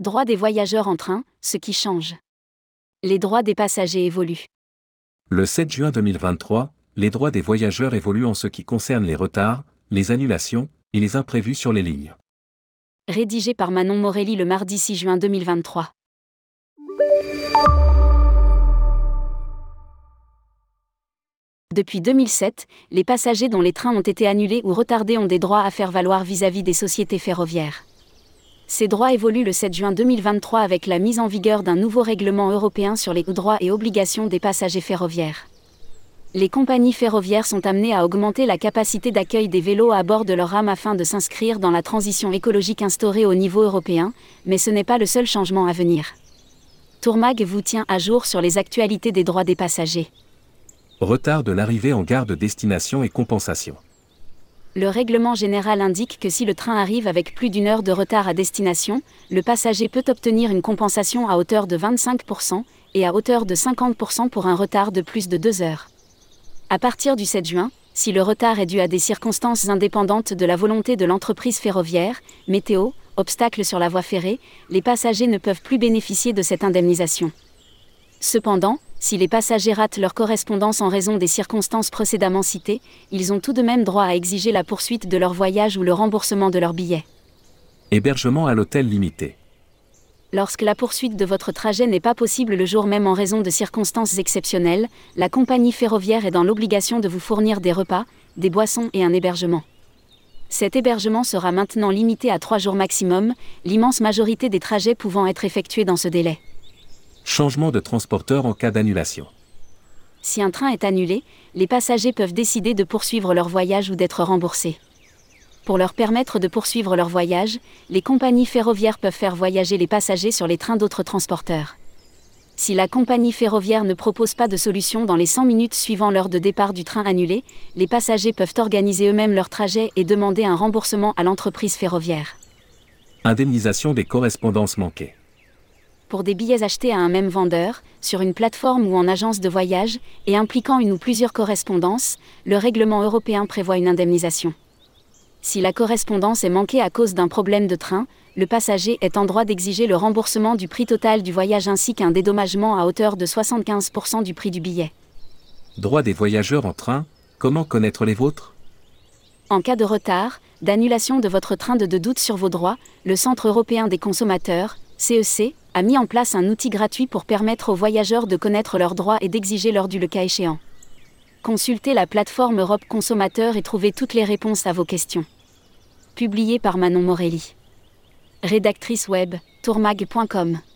Droits des voyageurs en train, ce qui change. Les droits des passagers évoluent. Le 7 juin 2023, les droits des voyageurs évoluent en ce qui concerne les retards, les annulations et les imprévus sur les lignes. Rédigé par Manon Morelli le mardi 6 juin 2023. Depuis 2007, les passagers dont les trains ont été annulés ou retardés ont des droits à faire valoir vis-à-vis des sociétés ferroviaires. Ces droits évoluent le 7 juin 2023 avec la mise en vigueur d'un nouveau règlement européen sur les droits et obligations des passagers ferroviaires. Les compagnies ferroviaires sont amenées à augmenter la capacité d'accueil des vélos à bord de leurs rames afin de s'inscrire dans la transition écologique instaurée au niveau européen, mais ce n'est pas le seul changement à venir. Tourmag vous tient à jour sur les actualités des droits des passagers. Retard de l'arrivée en gare de destination et compensation. Le règlement général indique que si le train arrive avec plus d'une heure de retard à destination, le passager peut obtenir une compensation à hauteur de 25% et à hauteur de 50% pour un retard de plus de 2 heures. À partir du 7 juin, si le retard est dû à des circonstances indépendantes de la volonté de l'entreprise ferroviaire, météo, obstacles sur la voie ferrée, les passagers ne peuvent plus bénéficier de cette indemnisation. Cependant, si les passagers ratent leur correspondance en raison des circonstances précédemment citées, ils ont tout de même droit à exiger la poursuite de leur voyage ou le remboursement de leur billet. Hébergement à l'hôtel limité. Lorsque la poursuite de votre trajet n'est pas possible le jour même en raison de circonstances exceptionnelles, la compagnie ferroviaire est dans l'obligation de vous fournir des repas, des boissons et un hébergement. Cet hébergement sera maintenant limité à 3 jours maximum, l'immense majorité des trajets pouvant être effectués dans ce délai. Changement de transporteur en cas d'annulation. Si un train est annulé, les passagers peuvent décider de poursuivre leur voyage ou d'être remboursés. Pour leur permettre de poursuivre leur voyage, les compagnies ferroviaires peuvent faire voyager les passagers sur les trains d'autres transporteurs. Si la compagnie ferroviaire ne propose pas de solution dans les 100 minutes suivant l'heure de départ du train annulé, les passagers peuvent organiser eux-mêmes leur trajet et demander un remboursement à l'entreprise ferroviaire. Indemnisation des correspondances manquées. Pour des billets achetés à un même vendeur, sur une plateforme ou en agence de voyage, et impliquant une ou plusieurs correspondances, le règlement européen prévoit une indemnisation. Si la correspondance est manquée à cause d'un problème de train, le passager est en droit d'exiger le remboursement du prix total du voyage ainsi qu'un dédommagement à hauteur de 75% du prix du billet. Droits des voyageurs en train, comment connaître les vôtres ? En cas de retard, d'annulation de votre train de doute sur vos droits, le Centre européen des consommateurs, CEC, a mis en place un outil gratuit pour permettre aux voyageurs de connaître leurs droits et d'exiger leur dû le cas échéant. Consultez la plateforme Europe Consommateur et trouvez toutes les réponses à vos questions. Publié par Manon Morelli. Rédactrice web, tourmag.com.